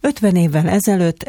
50 évvel ezelőtt,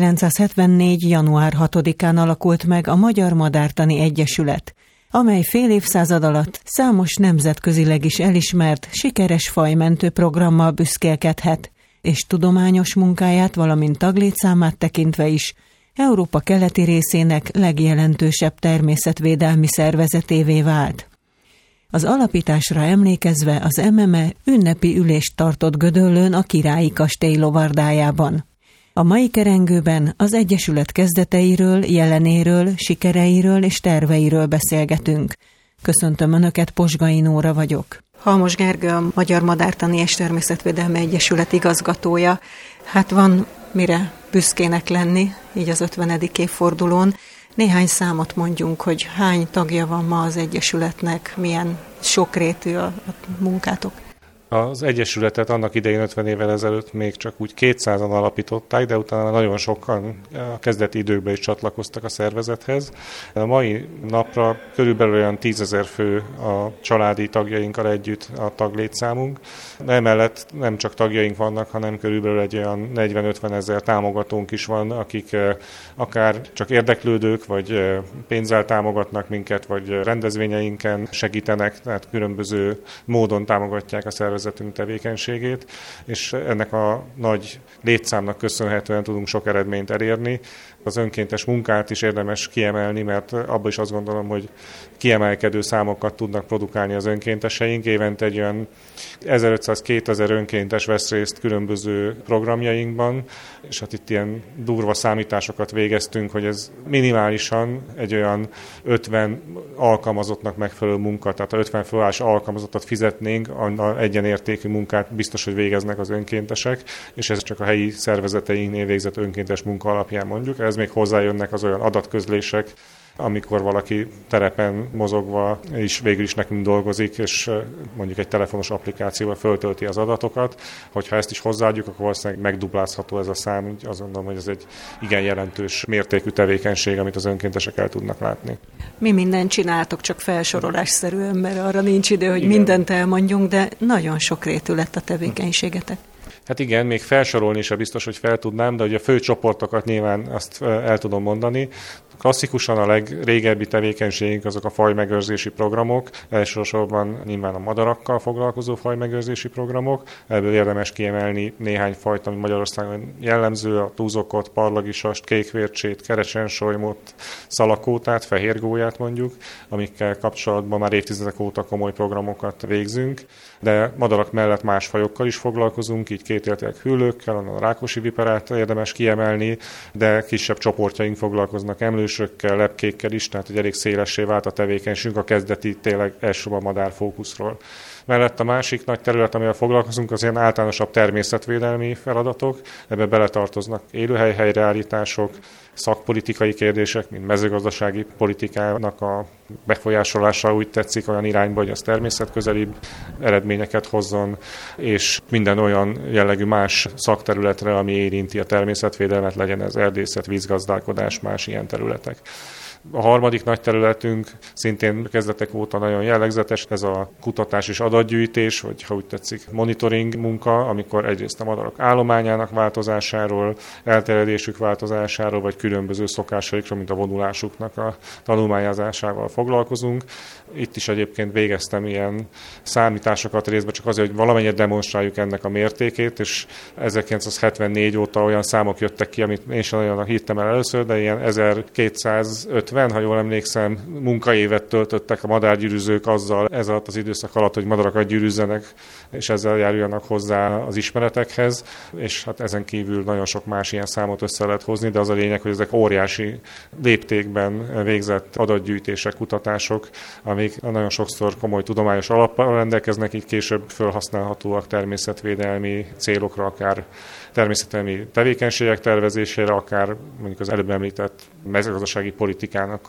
1974. január 6-án alakult meg a Magyar Madártani Egyesület, amely fél évszázad alatt számos nemzetközileg is elismert, sikeres fajmentő programmal büszkélkedhet, és tudományos munkáját, valamint taglétszámát tekintve is Európa keleti részének legjelentősebb természetvédelmi szervezetévé vált. Az alapításra emlékezve az MMA ünnepi ülést tartott Gödöllőn a Királyi Kastély lovardájában. A mai kerengőben az Egyesület kezdeteiről, jelenéről, sikereiről és terveiről beszélgetünk. Köszöntöm Önöket, Posgai Nóra vagyok. Halmos Gergő, a Magyar Madártani és Természetvédelmi Egyesület igazgatója. Hát van mire büszkének lenni, így az 50. évfordulón. Néhány számot mondjunk, hogy hány tagja van ma az Egyesületnek, milyen sokrétű a munkátok. Az Egyesületet annak idején 50 évvel ezelőtt még csak úgy 200-an alapították, de utána nagyon sokan a kezdeti időkben is csatlakoztak a szervezethez. A mai napra körülbelül olyan 10 000 fő a családi tagjainkkal együtt a taglétszámunk. Emellett nem csak tagjaink vannak, hanem körülbelül egy olyan 40-50 000 támogatónk is van, akik akár csak érdeklődők, vagy pénzzel támogatnak minket, vagy rendezvényeinken segítenek, tehát különböző módon támogatják a szervezetünk tevékenységét, és ennek a nagy létszámnak köszönhetően tudunk sok eredményt elérni. Az önkéntes munkát is érdemes kiemelni, mert abban is azt gondolom, hogy kiemelkedő számokat tudnak produkálni az önkénteseink. Évente egy olyan 1500-2000 önkéntes vesz részt különböző programjainkban, és hát itt ilyen durva számításokat végeztünk, hogy ez minimálisan egy olyan 50 alkalmazottnak megfelelő munka, tehát a 50 főállás alkalmazottat fizetnénk, egyenértékű munkát biztos, hogy végeznek az önkéntesek, és ez csak a helyi szervezeteinknél végzett önkéntes munka alapján mondjuk. Ez még hozzájönnek az olyan adatközlések, amikor valaki terepen mozogva is végül is nekünk dolgozik, és mondjuk egy telefonos applikációval föltölti az adatokat. Hogyha ezt is hozzáadjuk, akkor valószínűleg megduplázható ez a szám. Úgy azt gondolom, hogy ez egy igen jelentős mértékű tevékenység, amit az önkéntesek el tudnak látni. Mi mindent csináltok, csak felsorolásszerűen, mert arra nincs idő, hogy mindent elmondjunk, de nagyon sokrétű lett a tevékenységetek. Hát igen, még felsorolni is biztos, hogy fel tudnám, de ugye a fő csoportokat nyilván azt el tudom mondani. Klasszikusan a legrégebbi tevékenységünk azok a fajmegőrzési programok, elsősorban nyilván a madarakkal foglalkozó fajmegőrzési programok. Ebből érdemes kiemelni néhány fajt, ami Magyarországon jellemző, a túzokot, parlagisast, kékvércsét, kerecsensolymot, szalakótát, fehérgólyát mondjuk, amikkel kapcsolatban már évtizedek óta komoly programokat végzünk, de madarak mellett más fajokkal is foglalkozunk, így kétéltek hüllőkkel, a rákosi viperát érdemes kiemelni, de kisebb csoportjaink foglalkoznak emlősökkel, lepkékkel is, tehát egy elég szélessé vált a tevékenységünk a kezdeti tényleg elsősorban madárfókuszról. Mellett a másik nagy terület, amivel foglalkozunk, az ilyen általánosabb természetvédelmi feladatok. Ebbe beletartoznak élőhely helyreállítások, szakpolitikai kérdések, mint mezőgazdasági politikának a befolyásolása úgy tetszik olyan irányba, hogy az természetközelibb eredményeket hozzon, és minden olyan jellegű más szakterületre, ami érinti a természetvédelmet, legyen ez erdészet, vízgazdálkodás, más ilyen területek. A harmadik nagy területünk szintén kezdetek óta nagyon jellegzetes, ez a kutatás és adatgyűjtés, vagy ha úgy tetszik monitoring munka, amikor egyrészt a madarak állományának változásáról, elterjedésük változásáról, vagy különböző szokásaikról, mint a vonulásuknak a tanulmányozásával foglalkozunk. Itt is egyébként végeztem ilyen számításokat részben, csak azért, hogy valamennyire demonstráljuk ennek a mértékét, és 1974 óta olyan számok jöttek ki, amit én sem nagyon hittem el először, de ilyen 1250, ha jól emlékszem, munkaévet töltöttek a madárgyűrűzők azzal ez alatt az időszak alatt, hogy madarakat gyűrűzzenek, és ezzel járuljanak hozzá az ismeretekhez, és hát ezen kívül nagyon sok más ilyen számot össze lehet hozni, de az a lényeg, hogy ezek óriási léptékben végzett adatgyűjtések, kutatások, amik nagyon sokszor komoly tudományos alappal rendelkeznek, így később felhasználhatóak természetvédelmi célokra, akár természetvédelmi tevékenységek tervezésére, akár mondjuk az előbb említett mezőgazdasági politikának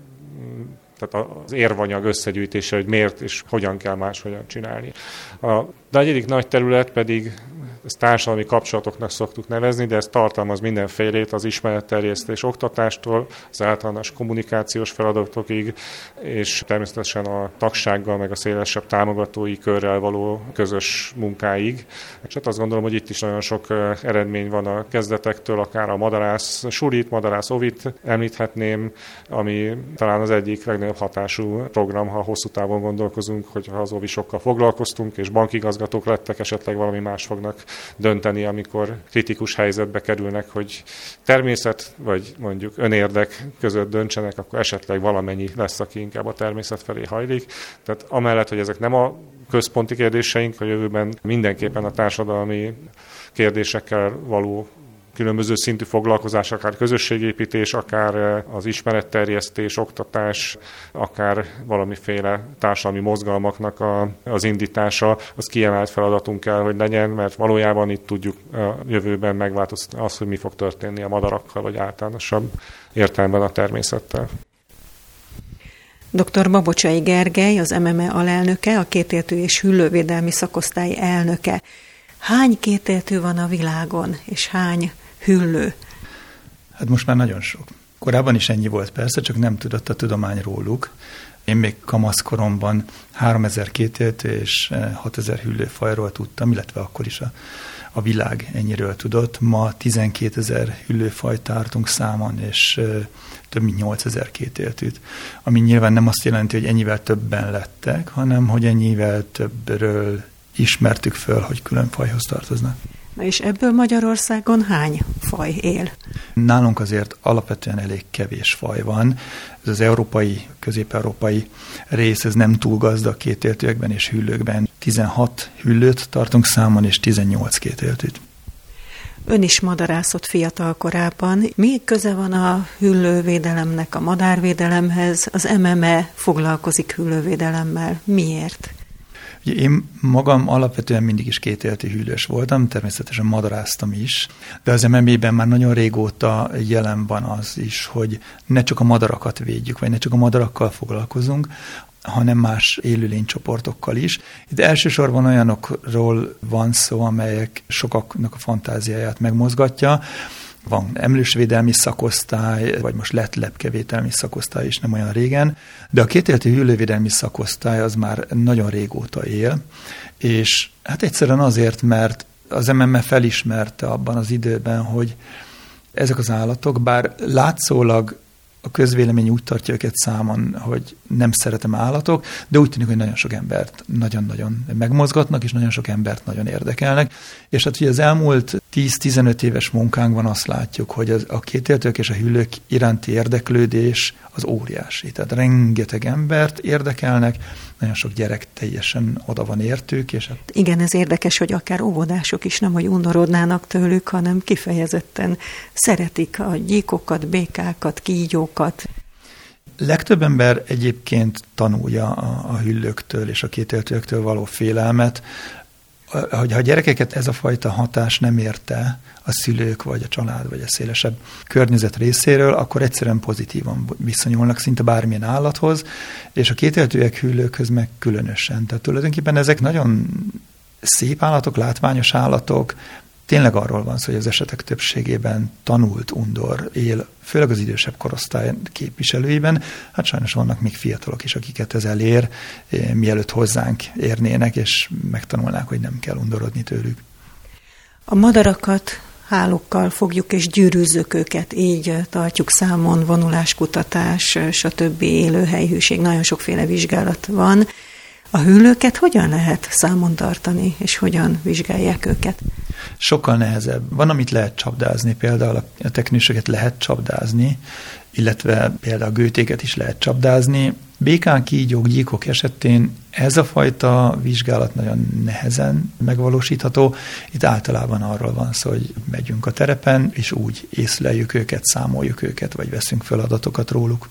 tehát az érvanyag összegyűjtése, hogy miért és hogyan kell máshogyan csinálni. A negyedik nagy terület pedig ezt társadalmi kapcsolatoknak szoktuk nevezni, de ez tartalmaz mindenfélét, az ismeretterjesztés oktatástól, az általános kommunikációs feladatokig, és természetesen a tagsággal, meg a szélesebb támogatói körrel való közös munkáig. És hát azt gondolom, hogy itt is nagyon sok eredmény van a kezdetektől, akár a madarász sulit, madarász ovit említhetném, ami talán az egyik legnagyobb hatású program, ha hosszú távon gondolkozunk, hogyha az ovisokkal foglalkoztunk, és bankigazgatók lettek, esetleg valami más fognak dönteni, amikor kritikus helyzetbe kerülnek, hogy természet vagy mondjuk önérdek között döntsenek, akkor esetleg valamennyi lesz, aki inkább a természet felé hajlik. Tehát amellett, hogy ezek nem a központi kérdéseink, a jövőben mindenképpen a társadalmi kérdésekkel való különböző szintű foglalkozás, akár közösségépítés, akár az ismeretterjesztés, oktatás, akár valamiféle társadalmi mozgalmaknak az indítása, az kiemelt feladatunk kell, hogy legyen, mert valójában itt tudjuk a jövőben megváltoztatni azt, hogy mi fog történni a madarakkal, vagy általánosabb értelemben a természettel. Dr. Babocsai Gergely, az MME alelnöke, a kétéltű és hüllővédelmi szakosztály elnöke. Hány kétéltű van a világon, és hány hüllő? Hát most már nagyon sok. Korábban is ennyi volt persze, csak nem tudott a tudomány róluk. Én még kamaszkoromban 3000 kétéltű és 6000 hüllőfajról tudtam, illetve akkor is a világ ennyiről tudott. Ma 12 000 hüllőfajt tartunk számon, és több mint 8000 kétéltűt. Ami nyilván nem azt jelenti, hogy ennyivel többen lettek, hanem hogy ennyivel többről ismertük föl, hogy külön fajhoz tartoznak. Na és ebből Magyarországon hány faj él? Nálunk azért alapvetően elég kevés faj van. Ez az európai, közép-európai rész, ez nem túl gazdag kétéltűekben és hüllőkben. 16 hüllőt tartunk számon, és 18 kétéltűt. Ön is madarászott fiatal korában. Mi köze van a hüllővédelemnek a madárvédelemhez? Az MME foglalkozik hüllővédelemmel. Miért? Ugye én magam alapvetően mindig is kétéltű hüllős voltam, természetesen madaráztam is, de az MME-ben már nagyon régóta jelen van az is, hogy ne csak a madarakat védjük, vagy ne csak a madarakkal foglalkozunk, hanem más élőlénycsoportokkal is. Itt elsősorban olyanokról van szó, amelyek sokaknak a fantáziáját megmozgatja. Van emlősvédelmi szakosztály, vagy most lett lepkevédelmi szakosztály is nem olyan régen, de a kétéltű hüllővédelmi szakosztály az már nagyon régóta él, és hát egyszerűen azért, mert az MME felismerte abban az időben, hogy ezek az állatok, bár látszólag a közvélemény úgy tartja őket számon, hogy nem szeretem állatok, de úgy tűnik, hogy nagyon sok embert nagyon-nagyon megmozgatnak, és nagyon sok embert nagyon érdekelnek. És hát ugye az elmúlt 10-15 éves munkánkban azt látjuk, hogy a kétéltők és a hüllők iránti érdeklődés az óriási. Tehát rengeteg embert érdekelnek, nagyon sok gyerek teljesen oda van értük. És hát... Igen, ez érdekes, hogy akár óvodások is nem, hogy undorodnának tőlük, hanem kifejezetten szeretik a gyíkokat, békákat, kígyókat. Legtöbb ember egyébként tanulja a hüllőktől és a kétéltőktől való félelmet. Ha a gyerekeket ez a fajta hatás nem érte a szülők, vagy a család, vagy a szélesebb környezet részéről, akkor egyszerűen pozitívan viszonyulnak szinte bármilyen állathoz, és a kétéltőek hüllőkhöz meg különösen. Tehát tulajdonképpen ezek nagyon szép állatok, látványos állatok. Tényleg arról van szó, hogy az esetek többségében tanult undor él, főleg az idősebb korosztály képviselőiben. Hát sajnos vannak még fiatalok is, akiket ez elér, mielőtt hozzánk érnének, és megtanulnák, hogy nem kell undorodni tőlük. A madarakat hálókkal fogjuk és gyűrűzzük őket, így tartjuk számon, vonuláskutatás, stb. Élőhelyhűség, nagyon sokféle vizsgálat van. A hüllőket hogyan lehet számon tartani, és hogyan vizsgálják őket? Sokkal nehezebb. Van, amit lehet csapdázni, például a teknősöket lehet csapdázni, illetve például a gőtéket is lehet csapdázni. Békák, kígyók, gyíkok esetén ez a fajta vizsgálat nagyon nehezen megvalósítható. Itt általában arról van szó, hogy megyünk a terepen, és úgy észleljük őket, számoljuk őket, vagy veszünk fel adatokat róluk.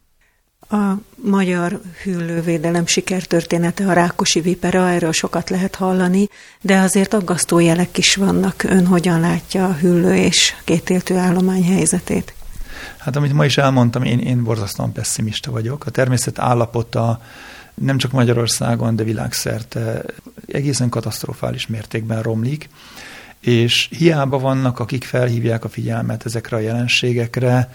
A magyar hüllővédelem sikertörténete a rákosi vipera, erről sokat lehet hallani, de azért aggasztó jelek is vannak. Ön hogyan látja a hüllő és kétéltő állomány helyzetét? Hát amit ma is elmondtam, én borzasztóan pesszimista vagyok. A természet állapota nem csak Magyarországon, de világszerte egészen katasztrofális mértékben romlik. és hiába vannak, akik felhívják a figyelmet ezekre a jelenségekre,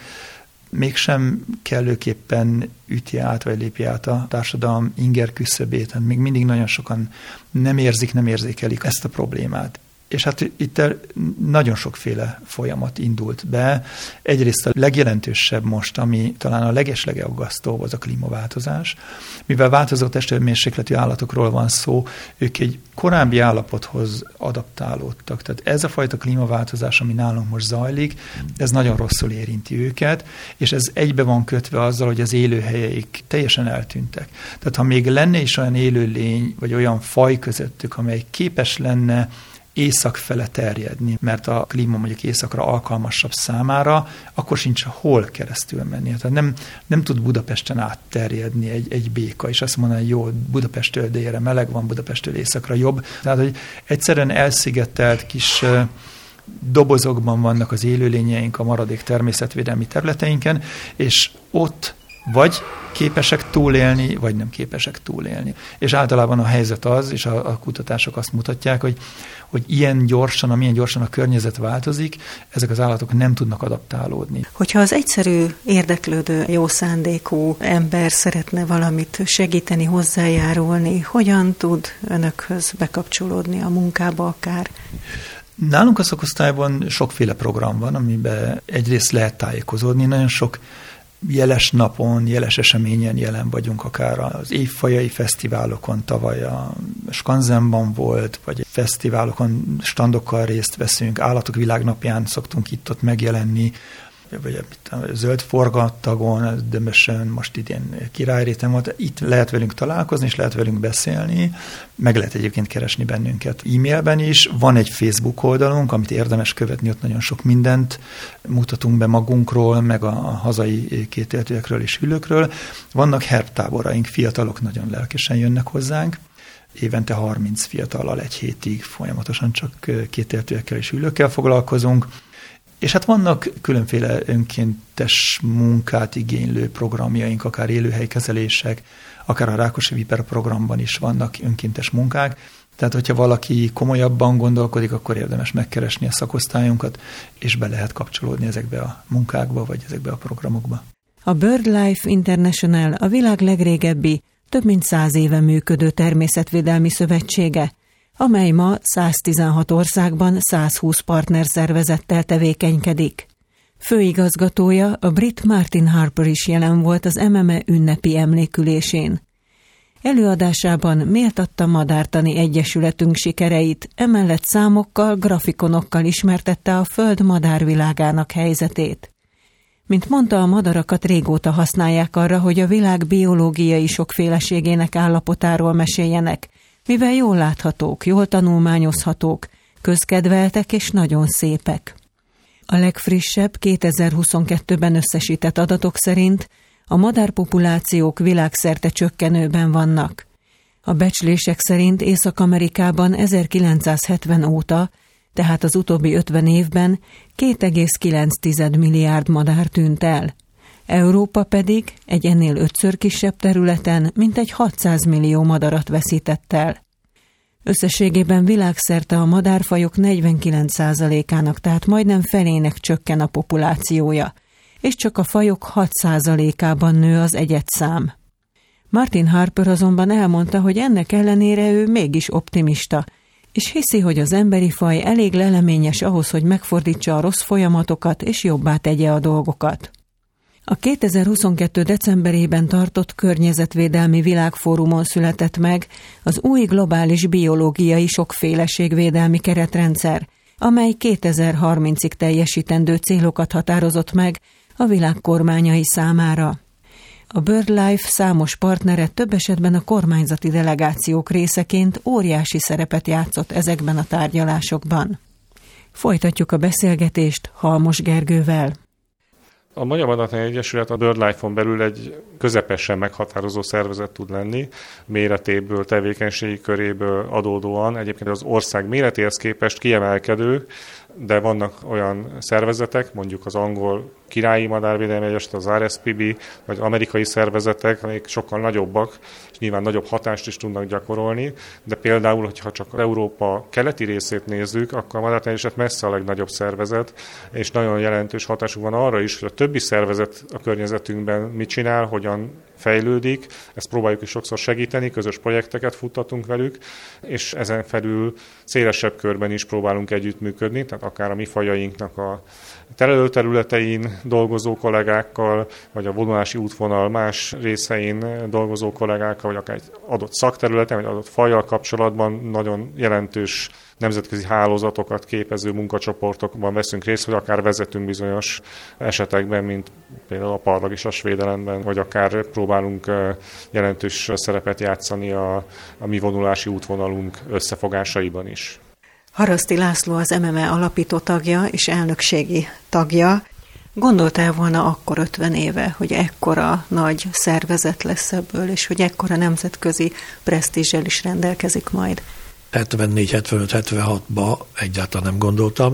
mégsem kellőképpen üti át, vagy lépi át a társadalom inger küszöbét. Még mindig nagyon sokan nem érzékelik ezt a problémát. És hát itt nagyon sokféle folyamat indult be. Egyrészt a legjelentősebb most, ami talán a legeslegaggasztóbb, az a klímaváltozás. Mivel változó testhőmérsékletű állatokról van szó, ők egy korábbi állapothoz adaptálódtak. Tehát ez a fajta klímaváltozás, ami nálunk most zajlik, ez nagyon rosszul érinti őket, és ez egybe van kötve azzal, hogy az élőhelyeik teljesen eltűntek. Tehát ha még lenne is olyan élőlény, vagy olyan faj közöttük, amely képes lenne észak fele terjedni, mert a klíma mondjuk északra alkalmasabb számára, akkor sincs hol keresztül menni. Tehát nem tud Budapesten átterjedni egy béka, és azt mondani, hogy jó, Budapesttől délre meleg van, Budapesttől északra jobb. Tehát, hogy egyszerűen elszigetelt kis dobozokban vannak az élőlényeink a maradék természetvédelmi területeinken, és ott vagy képesek túlélni, vagy nem képesek túlélni. És általában a helyzet az, és a kutatások azt mutatják, hogy amilyen gyorsan a környezet változik, ezek az állatok nem tudnak adaptálódni. Hogyha az egyszerű, érdeklődő, jó szándékú ember szeretne valamit segíteni, hozzájárulni, hogyan tud önökhöz bekapcsolódni a munkába akár? Nálunk a szakosztályban sokféle program van, amiben egyrészt lehet tájékozódni, nagyon sok jeles napon, jeles eseményen jelen vagyunk, akár az évfajai fesztiválokon, tavaly a Skanzenban volt, vagy fesztiválokon, standokkal részt veszünk, Állatok Világnapján szoktunk itt-ott megjelenni, vagy a Zöld Forgattagon, Dömösön, most idén Királyréten volt, itt lehet velünk találkozni, és lehet velünk beszélni, meg lehet egyébként keresni bennünket e-mailben is. Van egy Facebook oldalunk, amit érdemes követni, ott nagyon sok mindent mutatunk be magunkról, meg a hazai kétéltőekről és hüllőkről. Vannak herptáboraink, fiatalok nagyon lelkesen jönnek hozzánk, évente 30 fiatallal egy hétig folyamatosan csak kétéltőekkel és hüllőkkel foglalkozunk. És hát vannak különféle önkéntes munkát igénylő programjaink, akár élőhelykezelések, akár a Rákosi Vipera programban is vannak önkéntes munkák. Tehát, hogyha valaki komolyabban gondolkodik, akkor érdemes megkeresni a szakosztályunkat, és be lehet kapcsolódni ezekbe a munkákba, vagy ezekbe a programokba. A BirdLife International a világ legrégebbi, több mint 100 éve működő természetvédelmi szövetsége, amely ma 116 országban 120 partnerszervezettel tevékenykedik. Főigazgatója, a brit Martin Harper is jelen volt az MMA ünnepi emlékülésén. Előadásában méltatta Madártani Egyesületünk sikereit, emellett számokkal, grafikonokkal ismertette a Föld madárvilágának helyzetét. Mint mondta, a madarakat régóta használják arra, hogy a világ biológiai sokféleségének állapotáról meséljenek, mivel jól láthatók, jól tanulmányozhatók, közkedveltek és nagyon szépek. A legfrissebb 2022-ben összesített adatok szerint a madárpopulációk világszerte csökkenőben vannak. A becslések szerint Észak-Amerikában 1970 óta, tehát az utóbbi 50 évben 2,9 milliárd madár tűnt el. Európa pedig egy ennél 5-ször kisebb területen mintegy 600 millió madarat veszített el. Összességében világszerte a madárfajok 49%-ának, tehát majdnem felének csökken a populációja, és csak a fajok 6%-ában nő az egyedszám. Martin Harper azonban elmondta, hogy ennek ellenére ő mégis optimista, és hiszi, hogy az emberi faj elég leleményes ahhoz, hogy megfordítsa a rossz folyamatokat és jobbá tegye a dolgokat. A 2022. decemberében tartott környezetvédelmi világfórumon született meg az új globális biológiai sokféleségvédelmi keretrendszer, amely 2030-ig teljesítendő célokat határozott meg a világ kormányai számára. A BirdLife számos partnere több esetben a kormányzati delegációk részeként óriási szerepet játszott ezekben a tárgyalásokban. Folytatjuk a beszélgetést Halmos Gergővel. A Magyar Madártani Egyesület a BirdLife-on belül egy közepesen meghatározó szervezet tud lenni, méretéből, tevékenységi köréből adódóan. Egyébként az ország méretéhez képest kiemelkedő, de vannak olyan szervezetek, mondjuk az angol királyi madárvédelmi egyesület, az RSPB, vagy amerikai szervezetek, amelyek sokkal nagyobbak, és nyilván nagyobb hatást is tudnak gyakorolni, de például, hogyha csak Európa keleti részét nézzük, akkor a madártani egyesület messze a legnagyobb szervezet, és nagyon jelentős hatásuk van arra is, hogy a többi szervezet a környezetünkben mit csinál, hogyan fejlődik, ezt próbáljuk is sokszor segíteni, közös projekteket futtatunk velük, és ezen felül szélesebb körben is próbálunk együttműködni, tehát akár a mi fajainknak a terelőterületein dolgozó kollégákkal, vagy a vonulási útvonal más részein dolgozó kollégákkal, vagy akár egy adott szakterületen, vagy adott fajjal kapcsolatban nagyon jelentős nemzetközi hálózatokat képező munkacsoportokban veszünk részt, vagy akár vezetünk bizonyos esetekben, mint például a parlagisas védelemben, vagy akár próbálunk jelentős szerepet játszani a mi vonulási útvonalunk összefogásaiban is. Haraszti László az MMA alapító tagja és elnökségi tagja. Gondoltál volna akkor 50 éve, hogy ekkora nagy szervezet lesz ebből, és hogy ekkora nemzetközi presztízsel is rendelkezik majd? 74, 75, 76-ba egyáltalán nem gondoltam,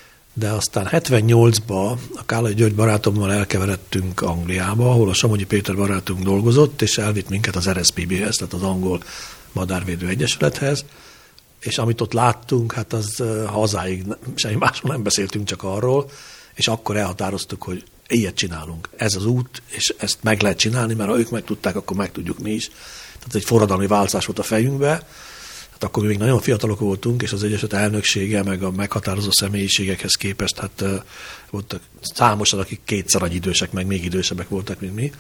de aztán 78-ba a Kállai György barátommal elkeveredtünk Angliába, ahol a Somogyi Péter barátunk dolgozott, és elvitt minket az RSPB-hez, tehát az Angol Madárvédő Egyesülethez, és amit ott láttunk, hát az hazáig semmi másról nem beszéltünk, csak arról, és akkor elhatároztuk, hogy ilyet csinálunk. Ez az út, és ezt meg lehet csinálni, mert ha ők meg tudták, akkor meg tudjuk mi is. Tehát egy forradalmi változás volt a fejünkbe. Hát akkor még nagyon fiatalok voltunk, és az Egyesület elnöksége, meg a meghatározó személyiségekhez képest, hát voltak számosan, akik kétszer annyi idősek, meg még idősebbek voltak, mint mi.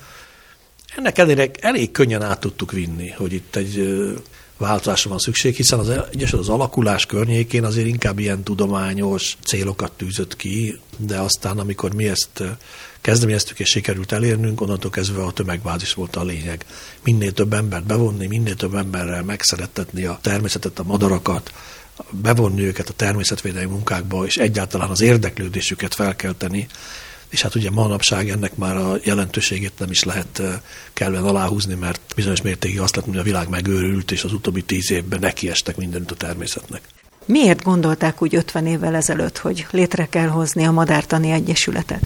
Ennek ellenére elég könnyen át tudtuk vinni, hogy itt egy változásra van szükség, hiszen az Egyesület az alakulás környékén azért inkább ilyen tudományos célokat tűzött ki, de aztán, amikor mi ezt kezdeményeztük és sikerült elérnünk, onnantól kezdve a tömegbázis volt a lényeg. Minél több embert bevonni, minél több emberrel megszerettetni a természetet, a madarakat, bevonni őket a természetvédelmi munkákba, és egyáltalán az érdeklődésüket felkelteni. És hát ugye manapság ennek már a jelentőségét nem is lehet kellően aláhúzni, mert bizonyos mértékig azt lehet, hogy a világ megőrült, és az utóbbi 10 évben nekiestek mindenütt a természetnek. Miért gondolták úgy 50 évvel ezelőtt, hogy létre kell hozni a Madártani Egyesületet?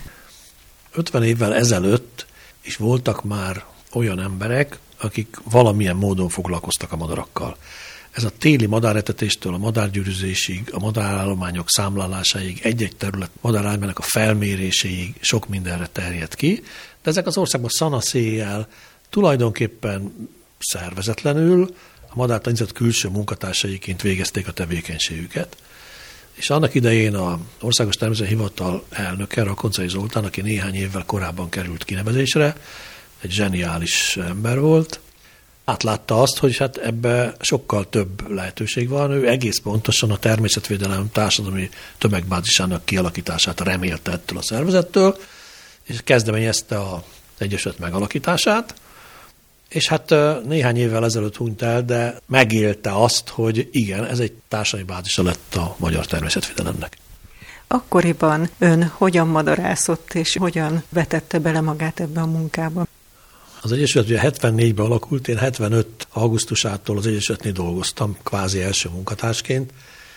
50 évvel ezelőtt is voltak már olyan emberek, akik valamilyen módon foglalkoztak a madarakkal. Ez a téli madáretetéstől a madárgyűrűzésig, a madárállományok számlálásáig, egy-egy terület madárállományok a felméréséig sok mindenre terjed ki, de ezek az országban szanaszéjjel tulajdonképpen szervezetlenül a madártanizat külső munkatársaiként végezték a tevékenységüket. És annak idején az Országos Természeti Hivatal elnöke, Rakoncai Zoltán, aki néhány évvel korábban került kinevezésre, egy zseniális ember volt, átlátta azt, hogy hát ebbe sokkal több lehetőség van. Ő egész pontosan a természetvédelem társadalmi tömegbázisának kialakítását remélte ettől a szervezettől, és kezdeményezte az Egyesület megalakítását, és hát néhány évvel ezelőtt hunyt el, de megélte azt, hogy igen, ez egy társadalmi bázisa lett a magyar természetvédelemnek. Akkoriban ön hogyan madarászott, és hogyan vetette bele magát ebbe a munkába? Az Egyesület ugye 74-ben alakult, én 75. augusztusától az Egyesületnél dolgoztam, kvázi első munkatársként,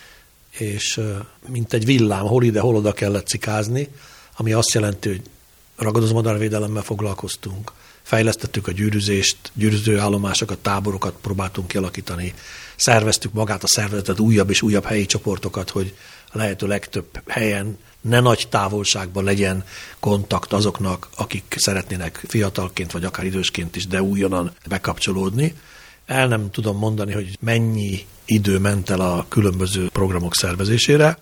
és mint egy villám, hol ide, hol oda kellett cikázni, ami azt jelenti, hogy ragadozó madárvédelemmel foglalkoztunk, fejlesztettük a gyűrűzést, gyűrűzőállomásokat, táborokat próbáltunk kialakítani, szerveztük magát a szervezetet, újabb és újabb helyi csoportokat, hogy a lehető legtöbb helyen ne nagy távolságban legyen kontakt azoknak, akik szeretnének fiatalként, vagy akár idősként is, de újonnan bekapcsolódni. El nem tudom mondani, hogy mennyi idő ment el a különböző programok szervezésére,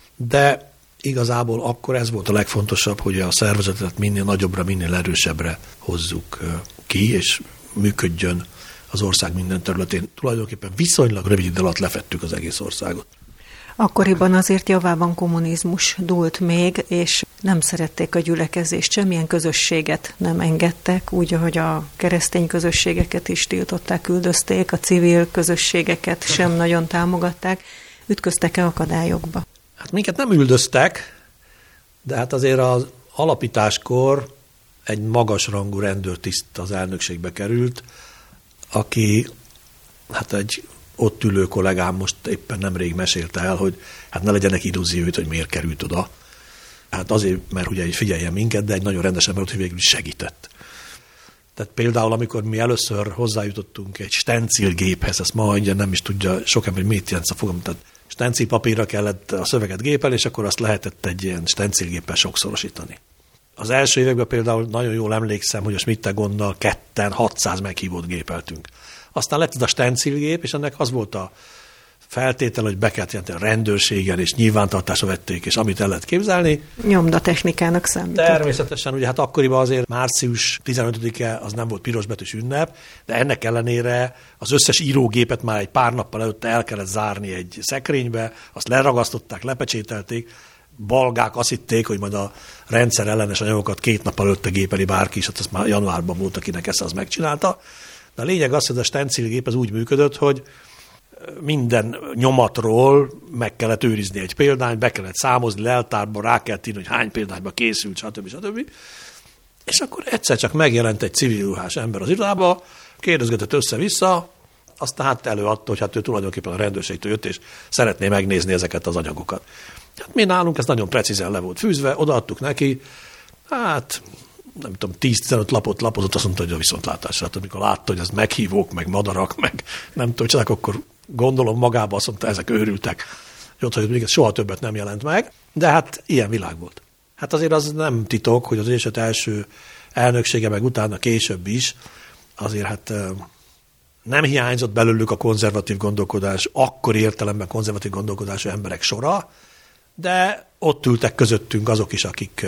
de igazából akkor ez volt a legfontosabb, hogy a szervezetet minél nagyobbra, minél erősebbre hozzuk ki, és működjön az ország minden területén. Tulajdonképpen viszonylag rövid idő alatt lefettük az egész országot. Akkoriban azért javában kommunizmus dúlt még, és nem szerették a gyülekezést, semmilyen közösséget nem engedtek, úgy, ahogy a keresztény közösségeket is tiltották, üldözték, a civil közösségeket sem nagyon támogatták. Ütköztek-e akadályokba? Hát minket nem üldöztek, de hát azért az alapításkor egy magasrangú rendőrtiszt az elnökségbe került, aki hát egy ott ülő kollégám most éppen nemrég mesélte el, hogy hát ne legyenek illúzióit, hogy miért került oda. Hát azért, mert ugye figyeljen minket, de egy nagyon rendes ember, hogy végül is segített. Tehát például, amikor mi először hozzájutottunk egy stencilgéphez, ezt ma ugye nem is tudja sok ember, hogy mit jelent a fogalom. Tehát stencilpapírra kellett a szöveget gépelni, és akkor azt lehetett egy ilyen stencilgéppel sokszorosítani. Az első években például nagyon jól emlékszem, hogy a Schmidt-Gondnal 600 meghívót gépeltünk. Aztán lett ez a stencilgép, és ennek az volt a feltétel, hogy be kellett jelenteni a rendőrséggel, és nyilvántartásra vették, és amit el lehet képzelni. Nyomdatechnikának számított. Természetesen, ugye hát akkoriban azért március 15-e az nem volt pirosbetűs ünnep, de ennek ellenére az összes írógépet már egy pár nappal előtte el kellett zárni egy szekrénybe, azt leragasztották, lepecsételték, balgák azt hitték, hogy majd a rendszer ellenes anyagokat 2 nap előtte gépeli bárki, és hát az már januárban volt, akinek ezt az megcsinálta. De a lényeg az, hogy a stencilgép az úgy működött, hogy minden nyomatról meg kellett őrizni egy példányt, be kellett számozni, leltárba rá kellett írni, hogy hány példányba készült, stb. És akkor egyszer csak megjelent egy civil ruhás ember az irodába, kérdezgetett össze-vissza, aztán hát előadta, hogy hát ő tulajdonképpen a rendőrségtől jött, és szeretné megnézni ezeket az anyagokat. Hát mi nálunk ez nagyon precízen le volt fűzve, odaadtuk neki, hát nem tudom, 10-15 lapot lapozott, azt mondta, hogy a viszontlátásra. Hát amikor látta, hogy ez meghívók, meg madarak, meg nem tudom, csak akkor gondolom magába azt mondta, ezek őrültek. Jót, hogy még ez soha többet nem jelent meg, de hát ilyen világ volt. Hát azért az nem titok, hogy az Egyesület első elnöksége, meg utána később is, azért hát nem hiányzott belőlük a konzervatív gondolkodás, akkori értelemben konzervatív gondolkodású emberek sora, de ott ültek közöttünk azok is, akik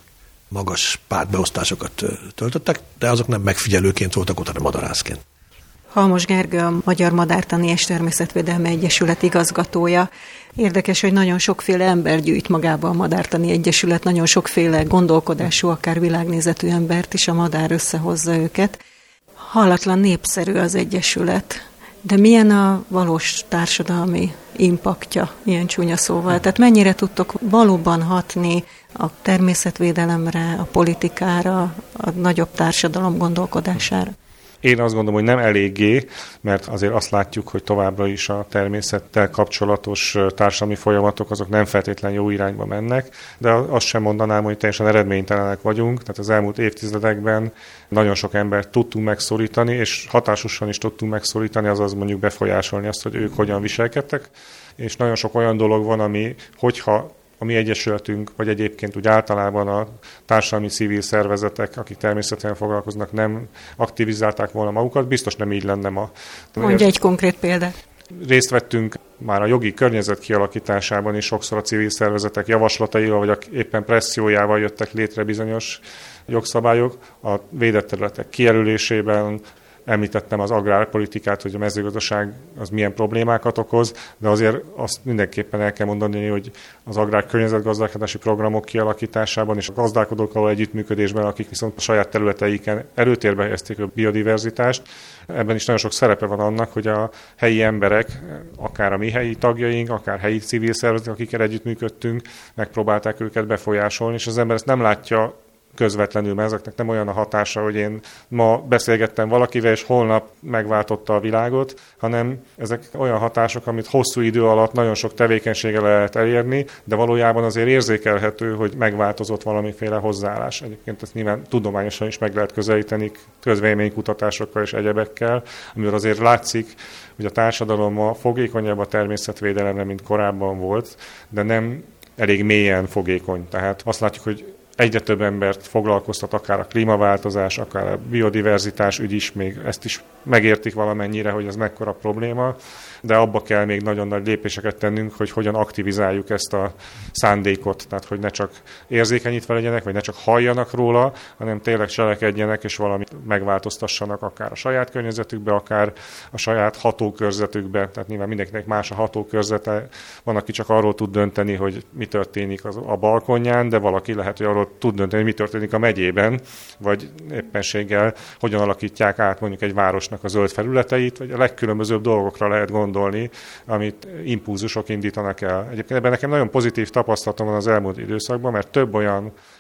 magas pártbeosztásokat töltöttek, de azok nem megfigyelőként voltak ott, hanem madarászként. Halmos Gergő, a Magyar Madártani és Természetvédelmi Egyesület igazgatója. Érdekes, hogy nagyon sokféle ember gyűjt magába a Madártani Egyesület, nagyon sokféle gondolkodású, akár világnézetű embert is a madár összehozza őket. Hallatlan népszerű az Egyesület, de milyen a valós társadalmi impaktja, ilyen csúnya szóval? Tehát mennyire tudtok valóban hatni a természetvédelemre, a politikára, a nagyobb társadalom gondolkodására? Én azt gondolom, hogy nem eléggé, mert azért azt látjuk, hogy továbbra is a természettel kapcsolatos társadalmi folyamatok azok nem feltétlenül jó irányba mennek, de azt sem mondanám, hogy teljesen eredménytelenek vagyunk. Tehát az elmúlt évtizedekben nagyon sok embert tudtunk megszólítani, és hatásosan is tudtunk megszólítani, azaz mondjuk befolyásolni azt, hogy ők hogyan viselkedtek. És nagyon sok olyan dolog van, ami, hogyha a mi egyesületünk, vagy egyébként úgy általában a társadalmi civil szervezetek, akik természetesen foglalkoznak, nem aktivizálták volna magukat, biztos nem így lenne ma. Mondja egy konkrét példát. Részt vettünk már a jogi környezet kialakításában is, sokszor a civil szervezetek javaslataival, vagy éppen pressziójával jöttek létre bizonyos jogszabályok. A védett területek kijelölésében említettem az agrárpolitikát, hogy a mezőgazdaság az milyen problémákat okoz, de azért azt mindenképpen el kell mondani, hogy az agrár környezetgazdálkodási programok kialakításában és a gazdálkodókkal együttműködésben, akik viszont a saját területeiken előtérbe helyezték a biodiverzitást, ebben is nagyon sok szerepe van annak, hogy a helyi emberek, akár a mi helyi tagjaink, akár helyi civil szervezetek, akikkel együttműködtünk, megpróbálták őket befolyásolni, és az ember ezt nem látja közvetlenül, mert ezeknek nem olyan a hatása, hogy én ma beszélgettem valakivel, és holnap megváltotta a világot, hanem ezek olyan hatások, amit hosszú idő alatt nagyon sok tevékenységgel lehet elérni, de valójában azért érzékelhető, hogy megváltozott valamiféle hozzáállás. Egyébként ezt nyilván tudományosan is meg lehet közelíteni, közvéleménykutatásokkal és egyebekkel, amivel azért látszik, hogy a társadalom ma fogékonyabb a természetvédelemre, mint korábban volt, de nem elég mélyen fogékony. Tehát azt látjuk, hogy egyre több embert foglalkoztat, akár a klímaváltozás, akár a biodiverzitás ügy is, még ezt is megértik valamennyire, hogy ez mekkora probléma, de abba kell még nagyon nagy lépéseket tennünk, hogy hogyan aktivizáljuk ezt a szándékot, tehát hogy ne csak érzékenyítve legyenek, vagy ne csak halljanak róla, hanem tényleg cselekedjenek, és valamit megváltoztassanak akár a saját környezetükbe, akár a saját hatókörzetükbe, tehát nyilván mindenkinek más a hatókörzete, van, aki csak arról tud dönteni, hogy mi történik a balkonján, de valaki lehet, hogy arról tud dönteni, hogy mi történik a megyében, vagy éppenséggel hogyan alakítják át mondjuk egy városnak a zöld felületeit, vagy a legkülönbözőbb dolgokra lehet gondolni, amit impulzusok indítanak el. Egyébként ebben nekem nagyon pozitív tapasztalatom van az elmúlt időszakban, mert több olyan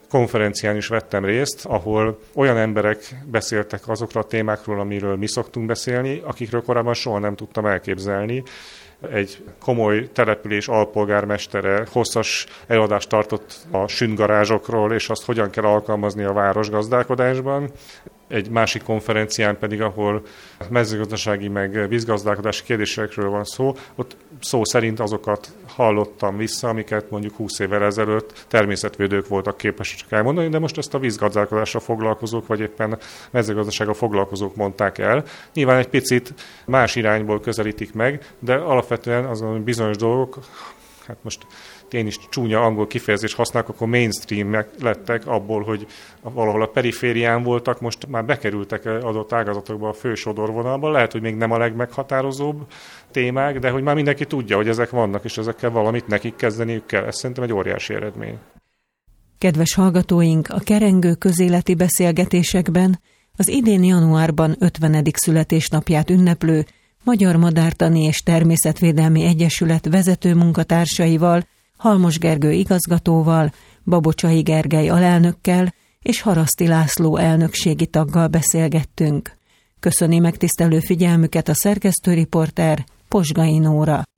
konferencián is vettem részt, ahol olyan emberek beszéltek azokról a témákról, amiről mi szoktunk beszélni, akikről korábban soha nem tudtam elképzelni. Egy komoly település alpolgármestere hosszas előadást tartott a sündgarázsokról, és azt hogyan kell alkalmazni a városgazdálkodásban. Egy másik konferencián pedig, ahol mezőgazdasági meg vízgazdálkodási kérdésekről van szó, ott szó szerint azokat hallottam vissza, amiket mondjuk 20 évvel ezelőtt természetvédők voltak képesek csak elmondani, de most ezt a vízgazdálkodással foglalkozók, vagy éppen mezőgazdasággal foglalkozók mondták el. Nyilván egy picit más irányból közelítik meg, de alapvetően azon bizonyos dolgok, hát most én is csúnya angol kifejezést használok, akkor mainstream lettek abból, hogy valahol a periférián voltak, most már bekerültek adott ágazatokba a fő sodorvonalba. Lehet, hogy még nem a legmeghatározóbb témák, de hogy már mindenki tudja, hogy ezek vannak, és ezekkel valamit nekik kezdeniük kell. Ez szerintem egy óriási eredmény. Kedves hallgatóink, a kerengő közéleti beszélgetésekben az idén januárban 50. születésnapját ünneplő Magyar Madártani és Természetvédelmi Egyesület vezető munkatársaival, Halmos Gergő igazgatóval, Babocsai Gergely alelnökkel és Haraszti László elnökségi taggal beszélgettünk. Köszöni megtisztelő figyelmüket a szerkesztőriporter, Posgai Nóra.